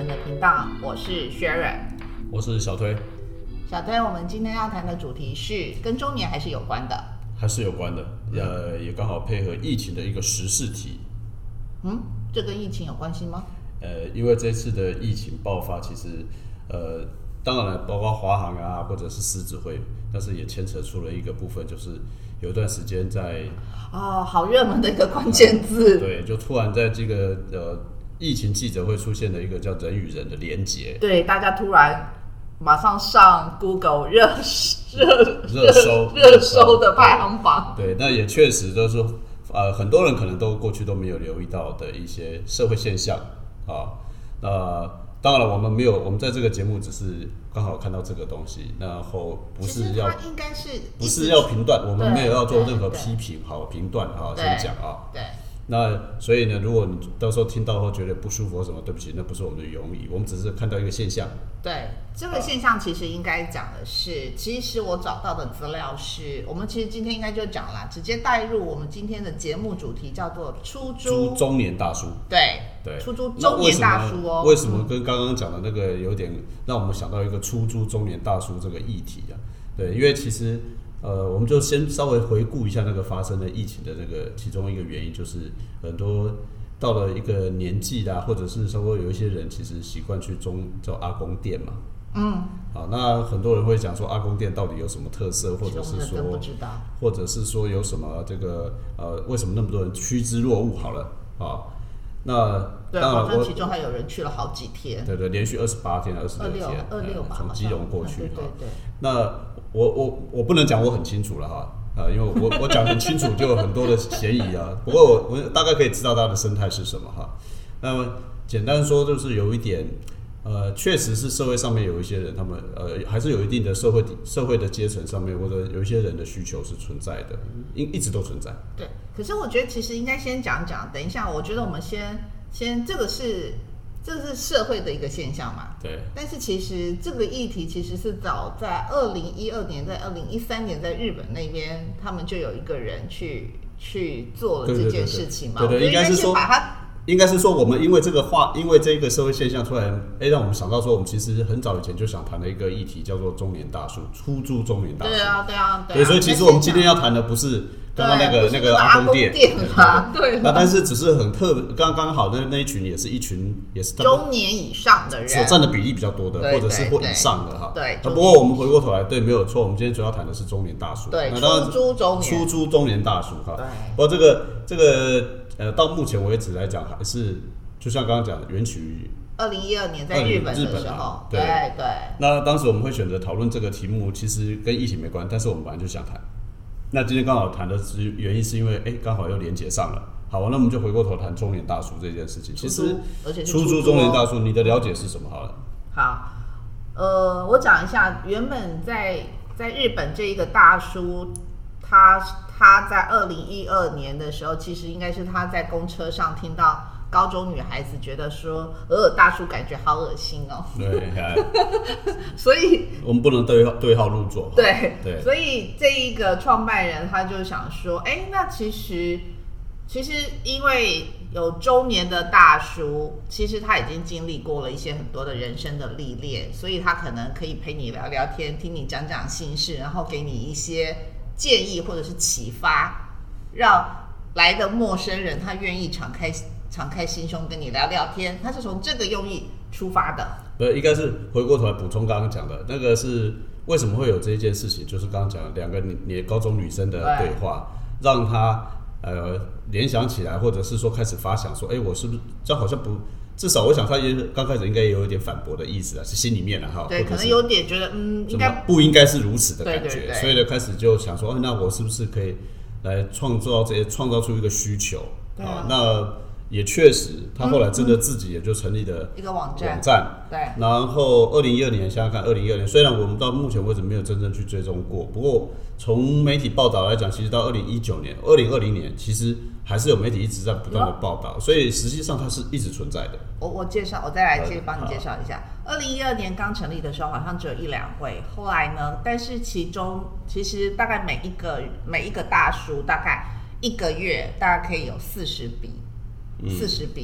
的频道，我是 Sharon， 我是小推。 小推，我们今天要谈的主题是跟中年还是有关的， 还是有关的，也刚好配合疫情的一个时事题。 这跟疫情有关系吗？ 因为这次的疫情爆发，其实当然了，包括华航啊，或者是狮子会，但是也牵扯出了一个部分，就是有一段时间在好热门的一个关键字。 对，就突然在这个疫情记者会出现的一个叫人与人的连结。 对，大家突然马上上 Google 热搜的排行榜。 对，那也确实就是很多人可能都过去都没有留意到的一些社会现象啊。那当然了，我们在这个节目只是刚好看到这个东西，然后不是要评断，我们没有要做任何批评，好评断啊，先讲啊。 对。 那所以呢，如果你到时候听到后觉得不舒服或什么，对不起，那不是我们的用意，我们只是看到一个现象。 对，这个现象其实应该讲的是，其实我找到的资料是，我们其实今天应该就讲了，直接带入我们今天的节目主题，叫做出租中年大叔。 对，出租中年大叔哦。 为什么跟刚刚讲的那个有点让我们想到一个出租中年大叔这个议题啊？对，因为其实我们就先稍微回顾一下那个发生的疫情的这个其中一个原因，就是很多到了一个年纪啦，或者是稍微有一些人其实习惯去叫阿公店嘛。好，那很多人会讲说阿公店到底有什么特色，或者是说有什么这个为什么那么多人趋之若鹜？好了啊，那对，好像其中还有人去了好几天。 对，连续28天、26天 ，26吧， 从基隆过去。 对。 那我不能讲我很清楚了哈。因为我讲很清楚，就有很多的嫌疑啊。不过我大概可以知道它的生态是什么哈。那么简单说，就是有一点，确实是社会上面有一些人，他们还是有一定的社会的阶层上面，或者有一些人的需求是存在的，一直都存在。 对，可是我觉得其实应该先讲，等一下，我觉得我们先这是社会的一个现象嘛。 对。 但是其实这个议题其实是早在2012年，在2013年，在日本那边，他们就有一个人去做了这件事情嘛。 对，应该是说我们因为这个社会现象出来，让我们想到说，我们其实很早以前就想谈的一个议题叫做中年大叔，出租中年大叔。 对啊。 对，所以其实我们今天要谈的不是刚刚那个阿公店嘛，对。 那但是只是很刚好那一群也是中年以上的人所占的比例比较多的，或者是或以上的哈。 对。 不过我们回过头来，对，没有错，我们今天主要谈的是中年大叔。 对，出租中年大叔哈。 对。 不过这个到目前为止来讲，还是就像刚刚讲的，源起于 2012年在日本的时候。对。 那当时我们会选择讨论这个题目，其实跟疫情没关，但是我们本来就想谈。那今天刚好谈的原因是因为刚好又连结上了。好，那我们就回过头谈中年大叔这件事情。其实出租中年大叔，你的了解是什么？好了。 好，我讲一下，原本在日本这一个大叔，他在2012年的时候，其实应该是他在公车上听到高中女孩子觉得说，大叔感觉好恶心哦。 对。 所以我们不能对号入座。 对。所以这一个创办人他就想说，那其实因为有中年的大叔，其实他已经经历过了一些很多的人生的历练，所以他可能可以陪你聊聊天，听你讲讲心事，然后给你一些建议或者是启发，让来的陌生人他愿意敞开心胸跟你聊聊天，他是从这个用意出发的。 应该是回过头来补充刚刚讲的那个是为什么会有这一件事情，就是刚刚讲的两个高中女生的对话，让他联想起来，或者是说开始发想说，我是不是这好像不，至少我想他也刚开始应该有一点反驳的意思啊，是心里面哈。 对，可能有点觉得应该不应该是如此的感觉。 对。 所以呢，开始就想说，那我是不是可以来创造出一个需求？ 对啊。 那也确实，他后来真的自己也就成立了一个网站。对。 然后2012年，想想看，2012年虽然我们到目前为止没有真正去追踪过，不过从媒体报道来讲，其实到2019年、2020年，其实还是有媒体一直在不断的报道，所以实际上它是一直存在的。 我再来帮你介绍一下。2012年刚成立的时候，好像只有1-2位，后来呢，但是其中其实大概每一个大叔大概1个月大概可以有40笔。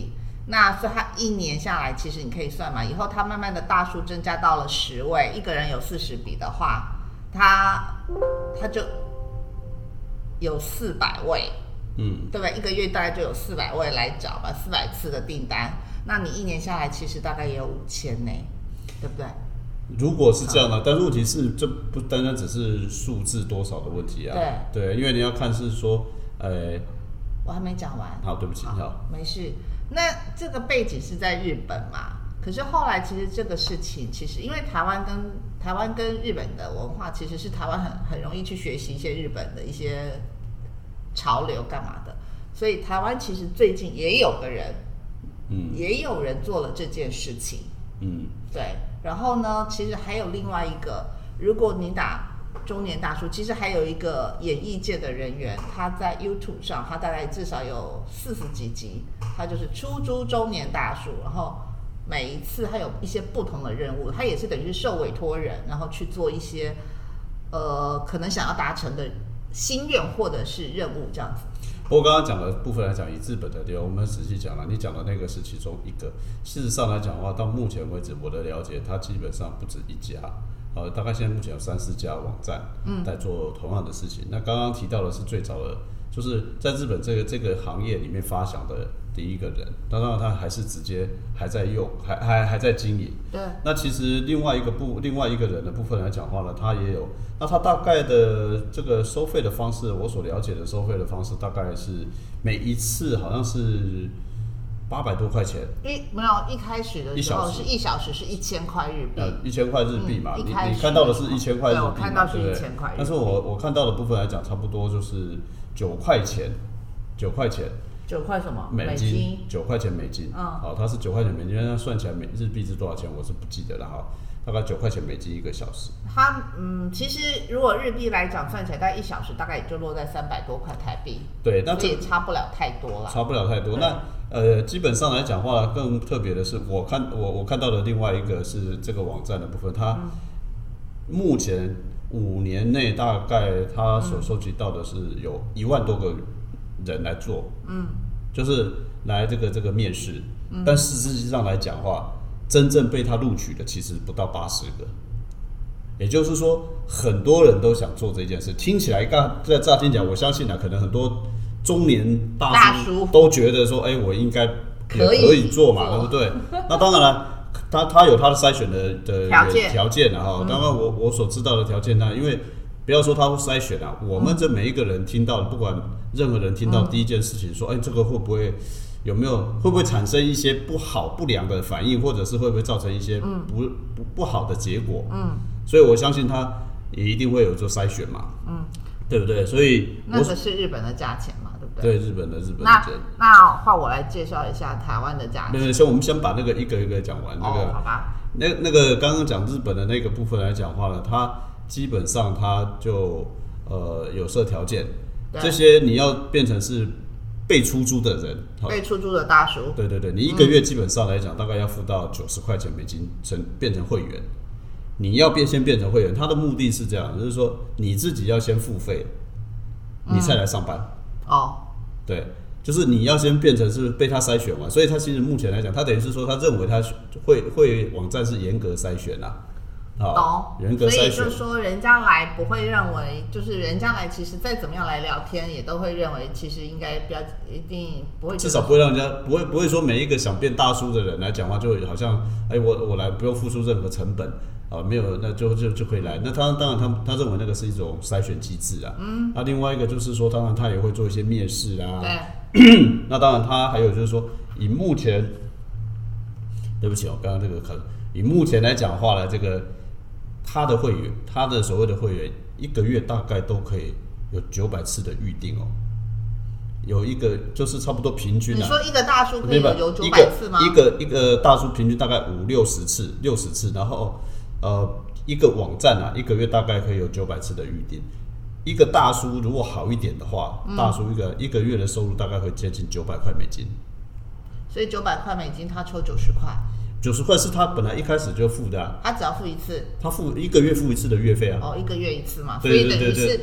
那所以他一年下来，其实你可以算嘛，以后他慢慢的大叔增加到了10位，一个人有40笔的话，他就有400位，对不对？一个月大概就有400位来找吧，400次的订单，那你一年下来其实大概也有5000呢，对不对？ 如果是这样的，但是问题是这不单单只是数字多少的问题啊，对，因为你要看是说， 我还没讲完。 好，对不起，好， 没事。那这个背景是在日本嘛？可是后来其实这个事情，其实因为台湾跟日本的文化，其实是台湾很容易去学习一些日本的一些潮流干嘛的，所以台湾其实最近也有人做了这件事情，对。然后呢，其实还有另外一个，如果你打中年大叔，其实还有一个演艺界的人员，他在 YouTube 上，他大概至少有40几集，他就是出租中年大叔，然后每一次他有一些不同的任务，他也是等于是受委托人，然后去做一些可能想要达成的心愿或者是任务这样子。 不过刚刚讲的部分来讲，以日本的我们仔细讲了，你讲的那个是其中一个。事实上来讲的话，到目前为止，我的了解，它基本上不止一家，大概现在目前有3-4家网站在做同样的事情。那刚刚提到的是最早的，就是在日本这个行业里面发想的第一个人，当然他还是直接还在用，还在经营。 对。 那其实另外一个人的部分来讲话呢，他也有。那他大概的这个收费的方式，我所了解的收费的方式，大概是每一次好像是800多块钱。 没有，一开始的时候是1小时是1000块日币。 1000块日币嘛，你看到的是1000块日币嘛， 我看到是1000块日币。 但是我看到的部分来讲，差不多就是9块钱，9块钱。 9块什么？ 美金？9块钱美金。好，它是9块钱美金，那算起来日币是多少钱，我是不记得了哈。大概9块钱美金1个小时。它其实如果日币来讲，算起来大概1小时大概也就落在300多块台币。 对，那这也差不了太多了。 差不了太多。那基本上来讲话，更特别的是，我看到的另外一个是这个网站的部分，它目前5年内大概它所收集到的是有1万多个人来做，就是来这个面试，但实际上来讲话。真正被他录取的其实不到80个，也就是说，很多人都想做这件事。听起来，在乍听讲，我相信可能很多中年大叔都觉得说，我应该也可以做嘛，对不对？那当然了，他有他的筛选的条件啊。当然，我所知道的条件呢，因为不要说他会筛选啊，我们这每一个人听到的，不管任何人听到第一件事情说，这个会不会产生一些不良的反应，或者是会不会造成一些不好的结果？所以我相信他也一定会有做筛选嘛，对不对？所以那个是日本的价钱嘛，对不对？对，日本的那换我来介绍一下台湾的价钱。 对，我们先把那个一个一个讲完。 好吧。 那个刚刚讲日本的那个部分来讲话呢，它基本上它就有设条件，这些你要变成是。被出租的人， 被出租的大叔， 对，你一个月基本上来讲，大概要付到90块钱美金，变成会员。你要先变成会员，他的目的是这样，就是说你自己要先付费，你才来上班。对，就是你要先变成是被他筛选完，所以他其实目前来讲，他等于是说，他认为他会网站是严格筛选啦。严格筛选， 所以就说人家来不会认为，就是人家来其实再怎么样来聊天，也都会认为其实应该一定不会， 至少不会让人家不会说每一个想变大叔的人来讲话，就好像我来不用付出任何成本没有那就可以来。那当然他认为那个是一种筛选机制啊。那另外一个就是说，当然他也会做一些面试啊。 对。 那当然他还有就是说，以目前，对不起刚刚这个以目前来讲的话呢，这个。他的会员，他的所谓的会员，一个月大概都可以有900次的预定有一个就是差不多平均你说一个大叔可以有900次吗？ 一个大叔平均大概50-60次，然后一个网站一个月大概可以有900次的预定。一个大叔如果好一点的话，大叔一个月的收入大概会接近900块美金。 所以900块美金，他抽90块。 90块是他本来一开始就付的他只要付一次， 他一个月付一次的月费一个月一次嘛， 所以等于是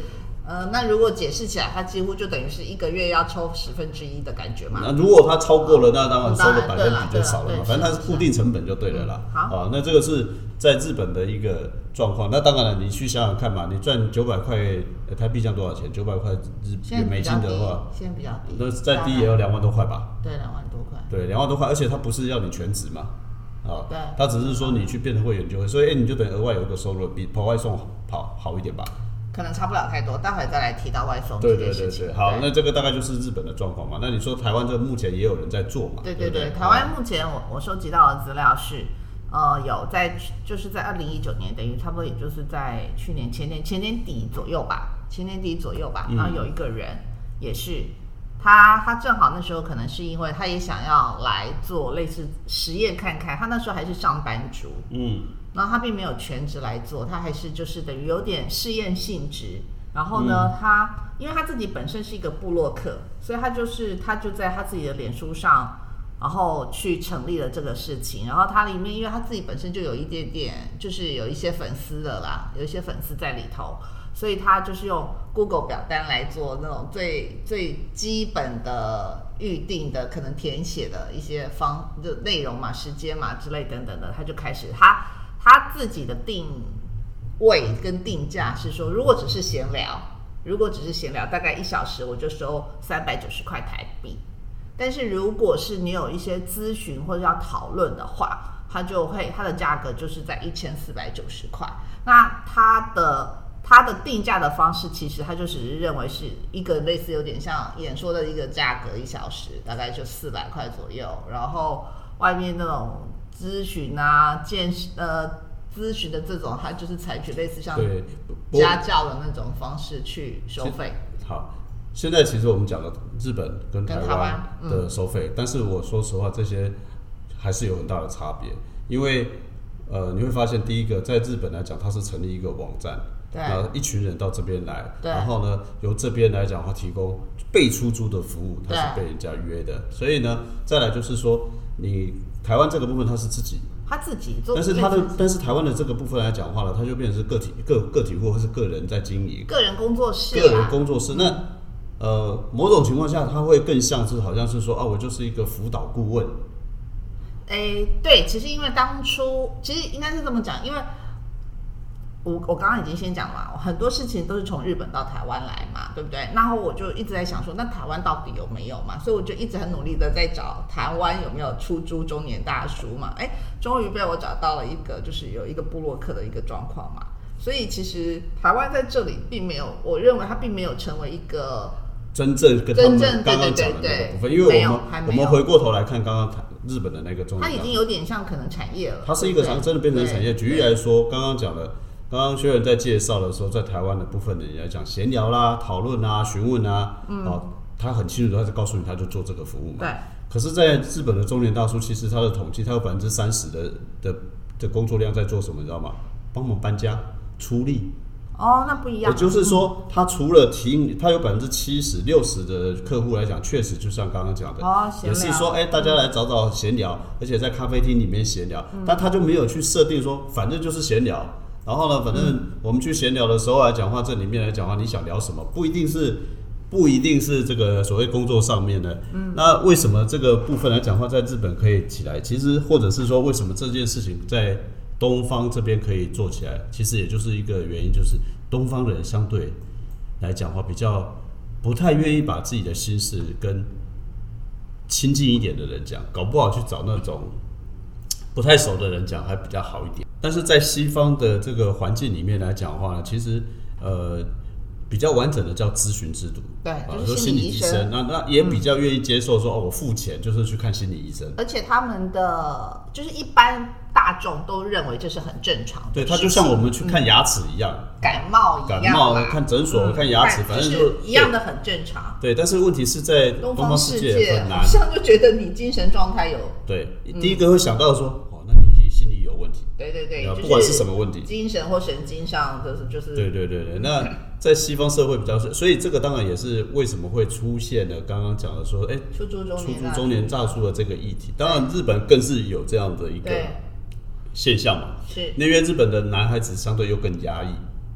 那如果解释起来，它几乎就等于是1个月要抽1/10的感觉嘛。 那如果它超过了，那当然收的百分比就少了嘛。反正它是固定成本就对了啦。 好， 那这个是在日本的一个状况。那当然了，你去想想看嘛，你赚900块台币，这样多少钱？900块美金的话， 现在比较低， 那再低也要2万多块吧？ 对，2万多块。 对，2万多块，而且它不是要你全职嘛。 对， 它只是说你去变成会员就会，所以你就等于额外有一个收入，比跑外送好一点吧。 可能差不了太多，待会再来提到外送这件事情。 对，好，那这个大概就是日本的状况嘛。那你说台湾这目前也有人在做嘛？ 对，台湾目前我收集到的资料是，有就是在2019年，等于差不多也就是在前年底左右吧，然后有一个人也是。他正好那时候可能是因为他也想要来做类似实验看看，他那时候还是上班族，然后他并没有全职来做，他还是就是等于有点试验性质。然后呢，因为他自己本身是一个部落客，所以他就在他自己的脸书上，然后去成立了这个事情。然后他里面，因为他自己本身就有一点点，就是有一些粉丝的啦，有一些粉丝在里头。所以他就是用 Google 表单来做那种最基本的预定的可能填写的一些内容嘛、时间嘛之类等等的，他就开始他自己的定位跟定价是说，如果只是闲聊，大概1小时我就收390块台币。但是如果是你有一些咨询或者要讨论的话，它的价格就是在1490块。那它的定价的方式，其实它就只是认为是一个类似有点像演说的一个价格，1小时大概就400块左右。然后外面那种咨询啊、咨询的这种，它就是采取类似像家教的那种方式去收费。 好，现在其实我们讲的日本跟台湾的收费，但是我说实话，这些还是有很大的差别，因为你会发现，第一个在日本来讲，它是成立一个网站。然后一群人到这边来，然后呢，由这边来讲的话，提供被出租的服务，它是被人家约的。所以呢，再来就是说，你台湾这个部分它是自己做，但是台湾的这个部分来讲的话呢，它就变成是个体户或是个人在经营， 个人工作室。 那某种情况下，它会更像是好像是说我就是一个辅导顾问。 对，其实因为当初其实应该是这么讲，因为。我刚刚已经先讲了嘛，很多事情都是从日本到台湾来嘛，对不对？然后我就一直在想说，那台湾到底有没有嘛？所以我就一直很努力的在找台湾有没有出租中年大叔嘛。终于被我找到了一个，就是有一个部落客的一个状况嘛。所以其实台湾在这里并没有，我认为它并没有成为一个真正跟他们刚刚讲的那个部分，因为我们回过头来看刚刚日本的那个中年大叔， 它已经有点像可能产业了， 它是一个真的变成产业。举例来说，刚刚讲的。刚刚学员在介绍的时候，在台湾的部分的人来讲，闲聊啦、讨论啊、询问啊，他很清楚，他就告诉你，他就做这个服务嘛。 对。 可是，在日本的中年大叔，其实他的统计，他有30%的工作量在做什么，你知道吗？帮忙搬家、出力。 那不一样。 也就是说，他除了他有70%、60%的客户来讲，确实就像刚刚讲的，也是说，大家来找闲聊，而且在咖啡厅里面闲聊，但他就没有去设定说，反正就是闲聊。然后呢，反正我们去闲聊的时候来讲话，这里面来讲话，你想聊什么，不一定是这个所谓工作上面的。那为什么这个部分来讲话，在日本可以起来？其实或者是说，为什么这件事情在东方这边可以做起来？其实也就是一个原因，就是东方人相对来讲话比较不太愿意把自己的心事跟亲近一点的人讲，搞不好去找那种不太熟的人讲还比较好一点。但是在西方的这个环境里面来讲的话呢，其实比较完整的叫咨询制度， 对，就是心理医生，那也比较愿意接受说我付钱就是去看心理医生， 而且他们的就是一般大众都认为这是很正常的， 对，它就像我们去看牙齿一样， 感冒看诊所看牙齿，反正就一样的很正常。 对，但是问题是在东方世界很难， 好像就觉得你精神状态有对，第一个会想到说，那你心理有问题， 对， 不管是什么问题， 精神或神经上就是对，那在西方社会比较，所以这个当然也是为什么会出现了刚刚讲的说， 出租中年大叔的这个议题。当然，日本更是有这样的一个现象嘛， 是， 因为日本的男孩子相对又更压抑，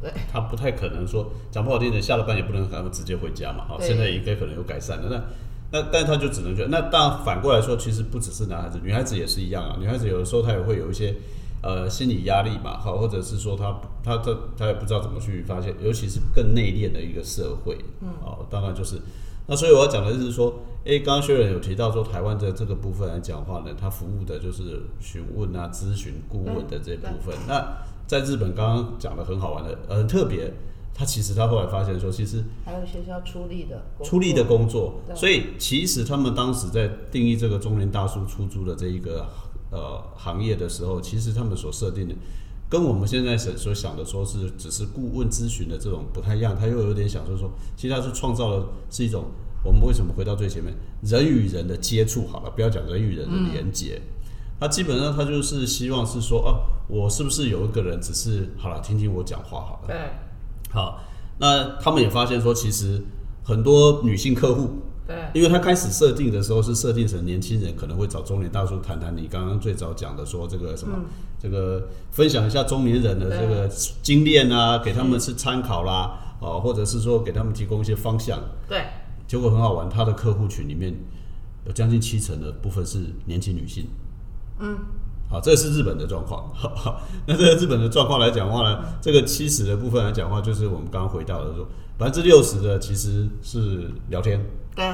对， 他不太可能说讲不好听的，下了班也不能赶快直接回家嘛。好，现在应该可能有改善了。但他就只能觉得，那当然反过来说，其实不只是男孩子，女孩子也是一样啊。女孩子有的时候她也会有一些心理压力嘛，好，或者是说她也不知道怎么去发现，尤其是更内敛的一个社会，当然就是那所以我要讲的就是说，刚刚薛仁有提到说，台湾的这个部分来讲的话呢，他服务的就是询问啊、咨询、顾问的这部分。那在日本刚刚讲的很好玩的，很特别。他后来发现说，其实还有一些是要出力的工作，所以其实他们当时在定义这个中年大叔出租的这一个行业的时候，其实他们所设定的跟我们现在所想的说是只是顾问咨询的这种不太一样，他又有点想说，其实他是创造的是一种我们为什么回到最前面人与人的接触好了，不要讲人与人的连结。他基本上他就是希望是说我是不是有一个人只是好了听听我讲话好了， 对。 好，那他们也发现说，其实很多女性客户， 对， 因为他开始设定的时候是设定成年轻人可能会找中年大叔谈谈你刚刚最早讲的说这个什么，这个分享一下中年人的这个经验啊，给他们是参考啦，或者是说给他们提供一些方向。 对， 结果很好玩，他的客户群里面有将近70%的部分是年轻女性。好，这是日本的状况。那这个日本的状况来讲的话呢，这个70%的部分来讲的话，就是我们刚刚回到的说，60%的其实是聊天， 对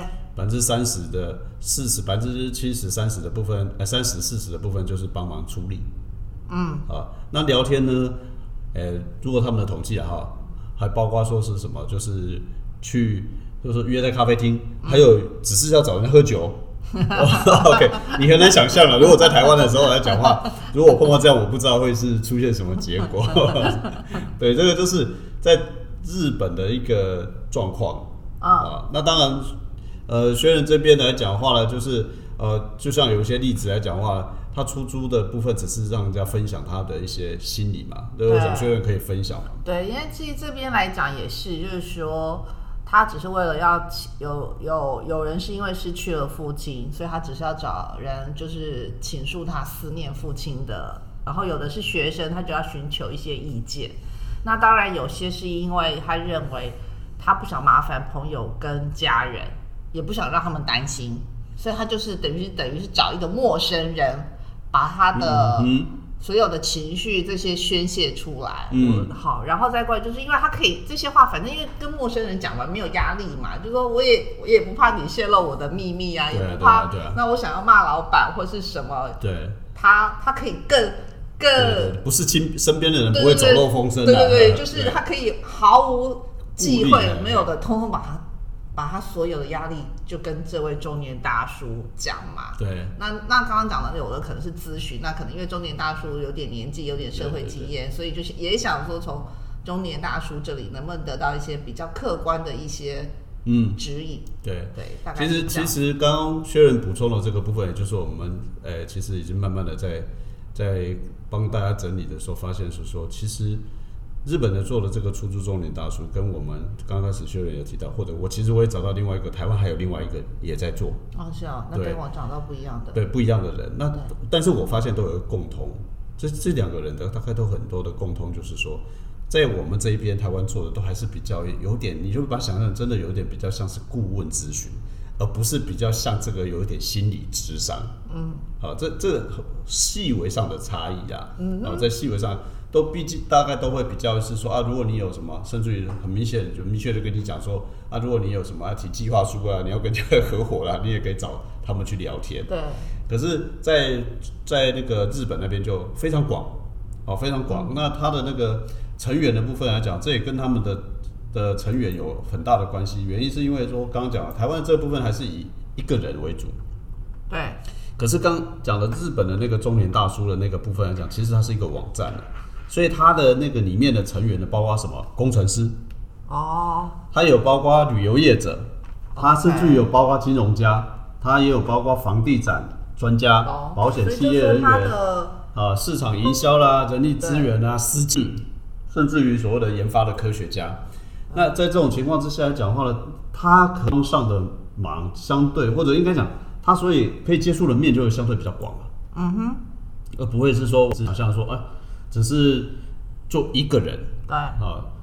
，30%的70%30%的部分，30%40%的部分就是帮忙出力。那聊天呢，如果他们的统计还包括说是什么，就是就是约在咖啡厅，还有只是要找人喝酒。OK， 你很难想象了。如果在台湾的时候来讲话，如果碰到这样，我不知道会是出现什么结果。对，这个就是在日本的一个状况那当然，学人这边来讲话呢，就是就像有一些例子来讲话，他出租的部分只是让人家分享他的一些心理嘛，对不对？学人可以分享嘛。 对，因为其实这边来讲也是，就是说。他只是为了要有人是因为失去了父亲，所以他只是要找人就是倾诉他思念父亲的，然后有的是学生，他就要寻求一些意见。那当然有些是因为他认为他不想麻烦朋友跟家人，也不想让他们担心，所以他就是等于是找一个陌生人，把他的所有的情绪这些宣泄出来，好，然后再过来，就是因为他可以这些话，反正因为跟陌生人讲完没有压力嘛，就说我也不怕你泄露我的秘密啊，也不怕，那我想要骂老板或是什么， 对， 他可以更不是身边的人不会走漏风声， 对，就是他可以毫无忌讳，没有的，通通把他所有的压力就跟这位中年大叔讲嘛。 对。 那刚刚讲的有的可能是咨询，那可能因为中年大叔有点年纪，有点社会经验，所以就是也想说从中年大叔这里能不能得到一些比较客观的一些指引。 对， 大概其实刚刚薛仁补充的这个部分，也就是我们其实已经慢慢的在帮大家整理的时候，发现是说其实。日本的做的这个出租中年大叔，跟我们刚开始薛仁有提到，或者其实我也找到另外一个，台湾还有另外一个也在做。 是啊，那跟我找到不一样的。 对，不一样的人。那但是我发现都有一个共同，这两个人的大概都很多的共通，就是说，在我们这一边台湾做的都还是比较有点，你就把它想象真的有点比较像是顾问咨询，而不是比较像这个有一点心理咨商。好，这细微上的差异啊，在细微上。都毕竟大概都会比较是说如果你有什么，甚至于很明确的跟你讲说如果你有什么要提计划书你要跟家人合伙你也可以找他们去聊天。 对。 可是在那个日本那边就非常广，非常广。那他的那个成员的部分来讲，这也跟他们的成员有很大的关系。原因是因为说刚刚讲了，台湾这部分还是以一个人为主。 对。 可是刚讲的日本的那个中年大叔的那个部分来讲，其实它是一个网站所以他的那个里面的成员呢，包括什么工程师，他有包括旅游业者，他甚至有包括金融家，他也有包括房地产专家、保险企业人员市场营销啦、人力资源啦、司机，甚至于所谓的研发的科学家。那在这种情况之下来讲的话呢，他可能上的忙相对，或者应该讲，他所以可以接触的面就会相对比较广了。而不会是说好像说只是做一个人， 对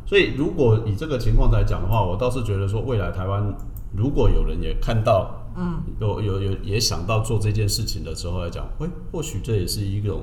所以如果以这个情况来讲的话，我倒是觉得说，未来台湾如果有人也看到，有也想到做这件事情的时候来讲，或许这也是一种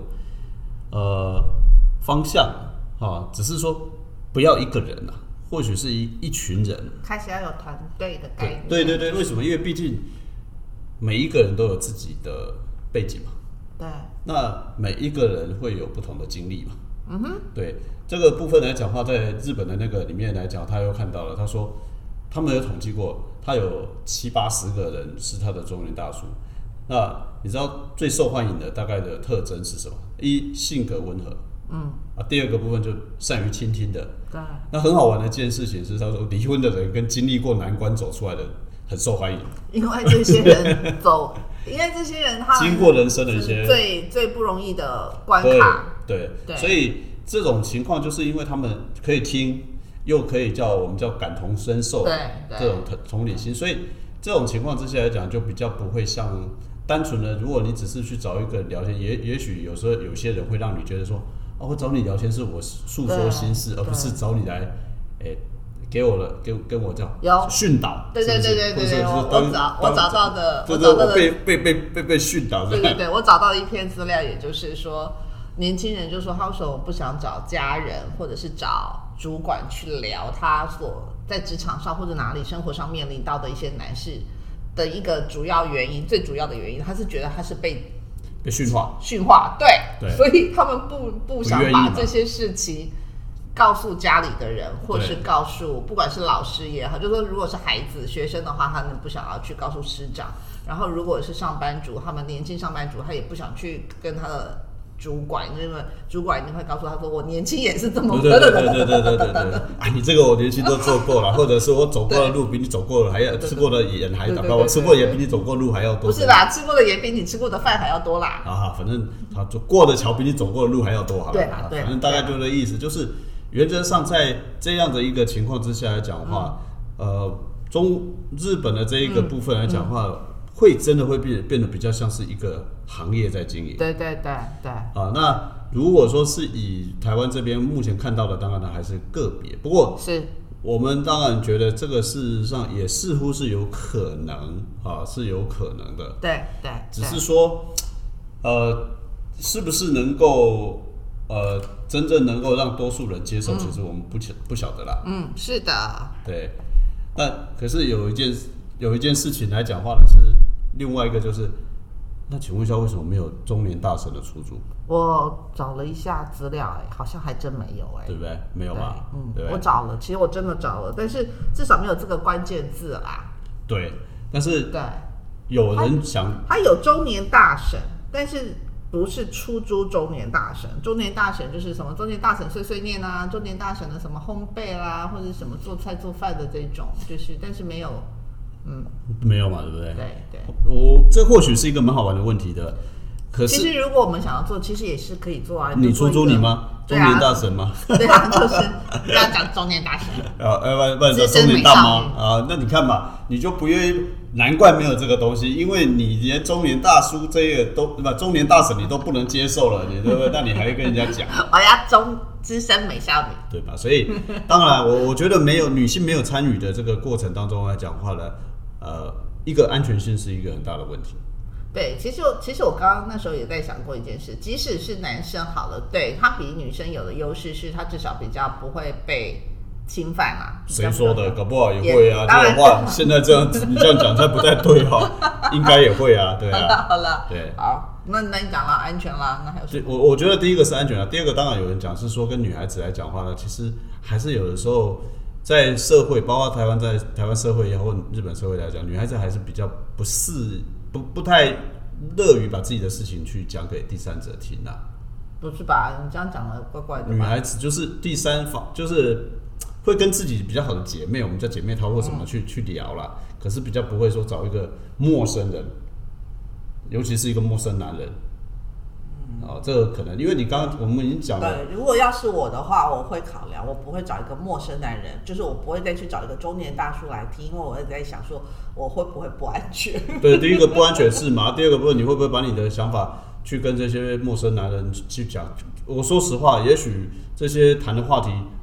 方向啊，只是说不要一个人啊，或许是一群人开始要有团队的概念。 对，为什么？因为毕竟每一个人都有自己的背景嘛。 对。那每一个人会有不同的经历嘛。对这个部分来讲的话，在日本的那个里面来讲，他又看到了，他说他们有统计过，他有70-80个人是他的中年大叔。那你知道最受欢迎的大概的特征是什么？一，性格温和。第二个部分就善于倾听的。 对。 那很好玩的一件事情是，他说离婚的人跟经历过难关走出来的很受欢迎， 因为这些人他经过人生的一些最不容易的关卡。 对，所以这种情况就是因为他们可以听，又可以我们叫感同身受，这种同理心，所以这种情况之下来讲，就比较不会像单纯的，如果你只是去找一个聊天，也许有时候有些人会让你觉得说，我找你聊天是我诉说心事，而不是找你来，跟我这样训导， 对，我找到的， 被训导， 对，我找到的一篇资料，也就是说，年轻人就说他说我不想找家人或者是找主管去聊他所在职场上或者哪里生活上面临到的一些难事的一个主要原因，最主要的原因，他是觉得他是被驯化，对，所以他们不想把这些事情告诉家里的人，或是告诉不管是老师也好，就是说如果是孩子学生的话，他们不想要去告诉师长，然后如果是上班族，他们年轻上班族，他也不想去跟他的主管，因为主管一定会告诉他说，我年轻也是这么对，你这个我年轻都做过了，或者是我走过的路比你走过的还要，吃过的盐还要，我吃过的盐比你走过的路还要多。 不是啦，吃过的盐比你吃过的饭还要多啦。 反正他过的桥比你走过的路还要多，好了。 对， 反正大概就这意思，就是原则上在这样的一个情况之下来讲的话，日本的这一个部分来讲的话，会真的会变得比较像是一个行业在经营。 对。 那如果说是以台湾这边目前看到的，当然还是个别。不过是我们当然觉得这个事实上也似乎是有可能是有可能的。 对。 只是说，是不是能够真正能够让多数人接受，其实我们不晓得啦。 是的。 对。那可是有一件事情来讲话呢，是另外一个就是，那请问一下，为什么没有中年大神的出租？ 我找了一下资料，好像还真没有， 对不对？没有吧？对， 我找了，其实我真的找了，但是至少没有这个关键字啦。 对，但是有人想， 他有中年大神，但是不是出租中年大神。中年大神就是什么？中年大神碎碎念啊，中年大神的什么烘焙啦，或者什么做菜做饭的这种，但是没有。 没有嘛，对不对？ 对。 这或许是一个蛮好玩的问题的。可是， 其实如果我们想要做，其实也是可以做啊。 你出租你吗？中年大神吗？ 对啊，就是不要讲中年大神。 不然叫中年大妈那你看嘛，你就不愿意，难怪没有这个东西，因为你连中年大叔这个都中年大神你都不能接受了，你对不对？那你还会跟人家讲？ 我要资深美少女， 对吧？所以当然，我觉得女性没有参与的这个过程当中来讲话呢。一个安全性是一个很大的问题。 对，其实我刚刚那时候也在想过一件事，即使是男生好了，对他比女生有的优势是他至少比较不会被侵犯嘛。 谁说的？搞不好也会啊。这样的话，现在这样你这样讲才不太对应该也会啊，对啊。 好了， 对， 好，那你讲了安全啦，那还有什么？ 我觉得第一个是安全啦，第二个当然有人讲是说跟女孩子来讲话呢，其实还是有的时候。在社会，包括在台湾社会也好，或日本社会来讲，女孩子还是比较不太乐于把自己的事情去讲给第三者听啦。 不是吧？你这样讲的怪怪的吧。 女孩子就是第三方，就是会跟自己比较好的姐妹，我们叫姐妹淘或什么去聊啦。可是比较不会说找一个陌生人，尤其是一个陌生男人。这个可能，因为你刚刚我们已经讲了。 对，如果要是我的话，我会考量，我不会找一个陌生男人，就是我不会再去找一个中年大叔来听，因为我一直在想说，我会不会不安全？ 对，第一个不安全是嘛，第二个部分你会不会把你的想法去跟这些陌生男人去讲？我说实话，也许这些谈的话题，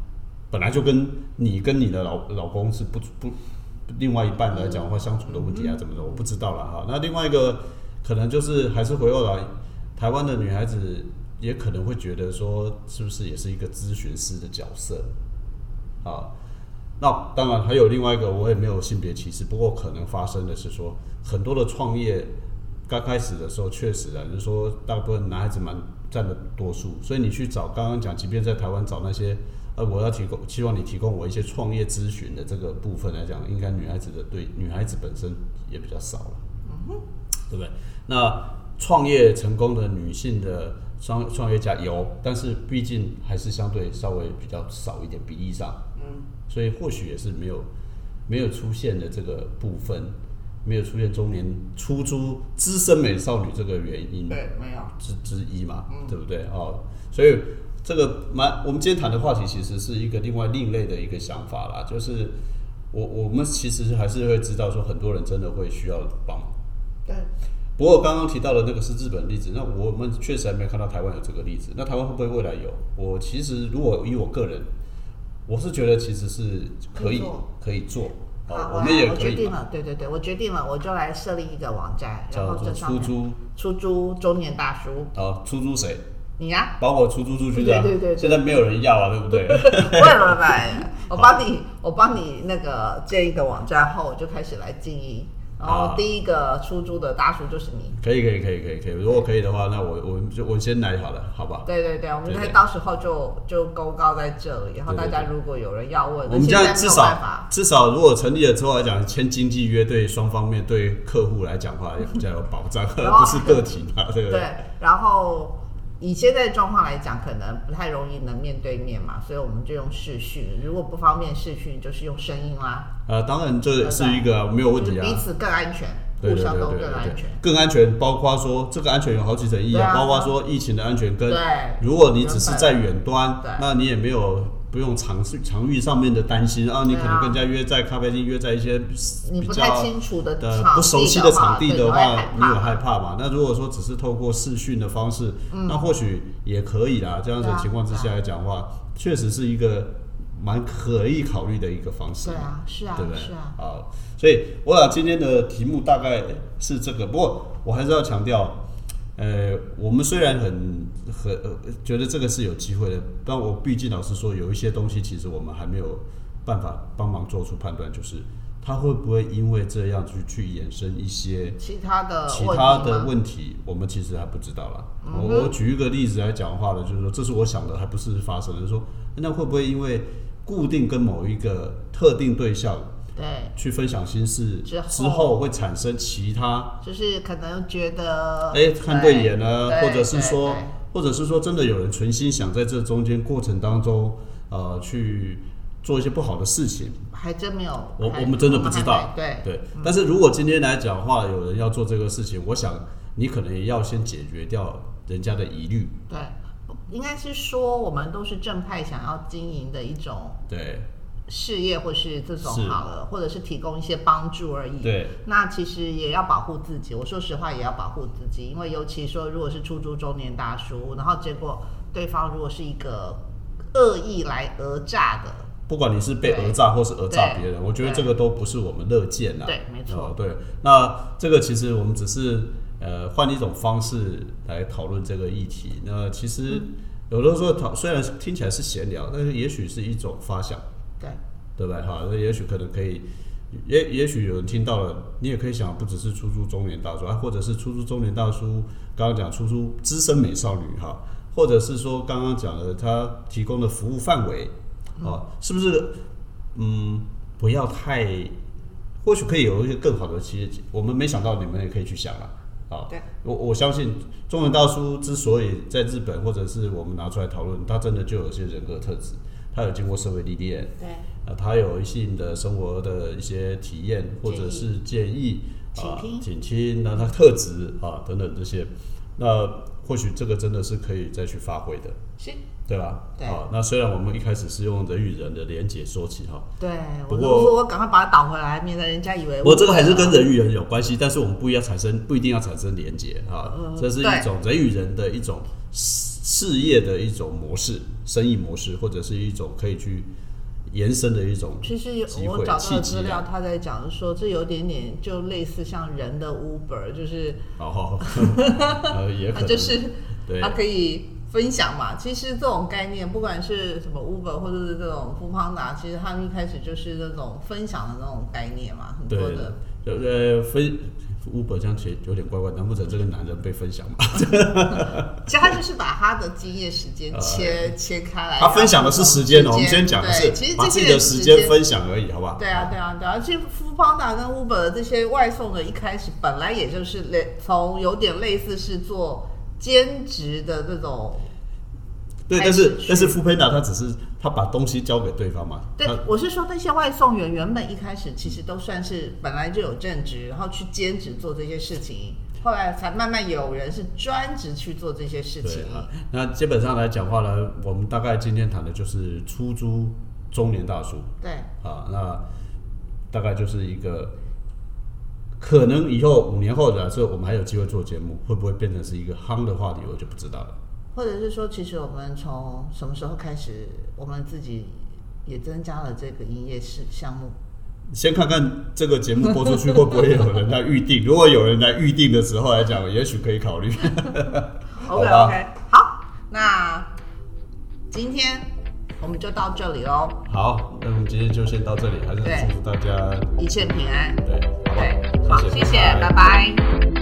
本来就跟你的老公是不另外一半来讲的话，相处的问题啊，怎么的，我不知道了哈。那另外一个可能就是还是回过来，台湾的女孩子也可能会觉得说，是不是也是一个咨询师的角色啊？那当然还有另外一个，我也没有性别歧视，不过可能发生的是说，很多的创业刚开始的时候，确实啊，就是说大部分男孩子占了多数，所以你去找刚刚讲，即便在台湾找那些。我要希望你提供我一些创业咨询的这个部分来讲，应该对女孩子本身也比较少了，对不对？那创业成功的女性的创业家有，但是毕竟还是相对稍微比较少一点比例上，所以或许也是没有出现的这个部分，没有出现中年出租资深美少女这个原因， 对，没有之一嘛，对不对？所以。这个我们今天谈的话题其实是一个另类的一个想法啦，就是我们其实还是会知道说很多人真的会需要帮忙。 对。 不过刚刚提到的那个是日本例子，那我们确实还没有看到台湾有这个例子。那台湾会不会未来有？我其实如果以我个人，我是觉得其实是可以做。 好， 我们也可以。 我决定了，对，我决定了，我就来设立一个网站，然后这上面出租中年大叔。 好，出租谁？ 你呀， 把我出租出去的， 对， 现在没有人要啊，对不对？ 我帮你那个建一个网站后，我就开始来经营。然后第一个出租的大叔就是你。可以。 如果可以的话，那我先来好了，好吧？ 对，我们可以到时候就公告在这里，然后大家如果有人要问， 我们这样至少如果成立了之后来讲，签经纪约对双方面对客户来讲的话，也比较有保障，不是个体嘛，对不对？ 对，然后。以现在的状况来讲，可能不太容易能面对面嘛，所以我们就用视讯。如果不方便视讯，就是用声音啦。 当然这是一个没有问题啊， 彼此更安全，互相都更安全。 更安全，包括说这个安全有好几层意义啊，包括说疫情的安全跟如果你只是在远端，那你也不用场域上面的担心啊，你可能跟人家约在咖啡厅，约在一些你不太清楚的不熟悉的场地的话，你有害怕嘛？那如果说只是透过视讯的方式，那或许也可以啦。这样子的情况之下来讲的话，确实是一个蛮可以考虑的一个方式。 对啊，是啊， 对不对？ 是啊。 所以我想今天的题目大概是这个，不过我还是要强调。我们虽然很觉得这个是有机会的，但我毕竟老实说，有一些东西其实我们还没有办法帮忙做出判断，就是它会不会因为这样去衍生一些其他的问题，我们其实还不知道啦。我举一个例子来讲话的，就是说，这是我想的，还不是发生的。说那会不会因为固定跟某一个特定对象？ 对， 去分享心事之后会产生其他， 就是可能觉得看对眼了，或者是说真的有人存心想在这中间过程当中去做一些不好的事情， 还真没有， 我们真的不知道，对。但是如果今天来讲的话，有人要做这个事情，我想你可能也要先解决掉人家的疑虑， 对，应该是说我们都是正派想要经营的一种， 对。 事业或是这种好了，或者是提供一些帮助而已。 对， 那其实也要保护自己。我说实话，也要保护自己，因为尤其说，如果是出租中年大叔，然后结果对方如果是一个恶意来讹诈的， 不管你是被讹诈或是讹诈别人，我觉得这个都不是我们乐见啦。 对，没错。 对，那这个其实我们只是换一种方式来讨论这个议题。那其实有的时候虽然听起来是闲聊，但是也许是一种发想。对不对？那也许可能可以，也许有人听到了，你也可以想，不只是出租中年大叔或者是出租中年大叔，刚刚讲出租资深美少女或者是说刚刚讲的他提供的服务范围是不是不要太，或许可以有一些更好的，其实我们没想到，你们也可以去想啦。 对， 我相信中年大叔之所以在日本或者是我们拿出来讨论，他真的就有一些人格特质。他有经过社会历练， 对， 他有一性的生活的一些体验或者是建议倾听，那他特质等等这些，那或许这个真的是可以再去发挥的， 是， 对吧？ 对， 那虽然我们一开始是用人与人的连结说起对，不过我赶快把它倒回来，免得人家以为我这个还是跟人与人有关系，但是我们不一定要产生连结这是一种人与人的一种事业的一种模式，生意模式，或者是一种可以去延伸的一种其实机会我找到的资料， 契机他在讲说，这有点就类似像人的 Uber， 就是也可能就是对它可以分享嘛。其实这种概念，不管是什么 Uber 或者是这种Foodpanda，其实他们一开始就是那种分享的那种概念嘛，很多的。 分 Uber 这样其实有点怪怪，难不成这个男人被分享吗？ 其实他就是把他的经验时间切开来。 他分享的是时间哦，我们今天讲的是把自己的时间分享而已，好不好？ 对啊。其实 Foodpanda 跟 Uber 的这些外送的，一开始本来也就是从有点类似是做兼职的这种。 对，但是 Foodpanda 他只是他把东西交给对方嘛。 对，我是说那些外送员原本一开始其实都算是本来就有正职，然后去兼职做这些事情，后来才慢慢有人是专职去做这些事情。 那基本上来讲话呢，我们大概今天谈的就是出租中年大叔。 对那大概就是一个可能以后5年后假设我们还有机会做节目，会不会变成是一个夯的话题，我就不知道了。 或者是说，其实我们从什么时候开始，我们自己也增加了这个营业项目？ 先看看这个节目播出去会不会有人来预定。如果有人来预定的时候来讲，也许可以考虑。 OK， 好，那今天我们就到这里喽。 好，那我们今天就先到这里，还是祝福大家一切平安。 对，好吧， 好，谢谢，拜拜。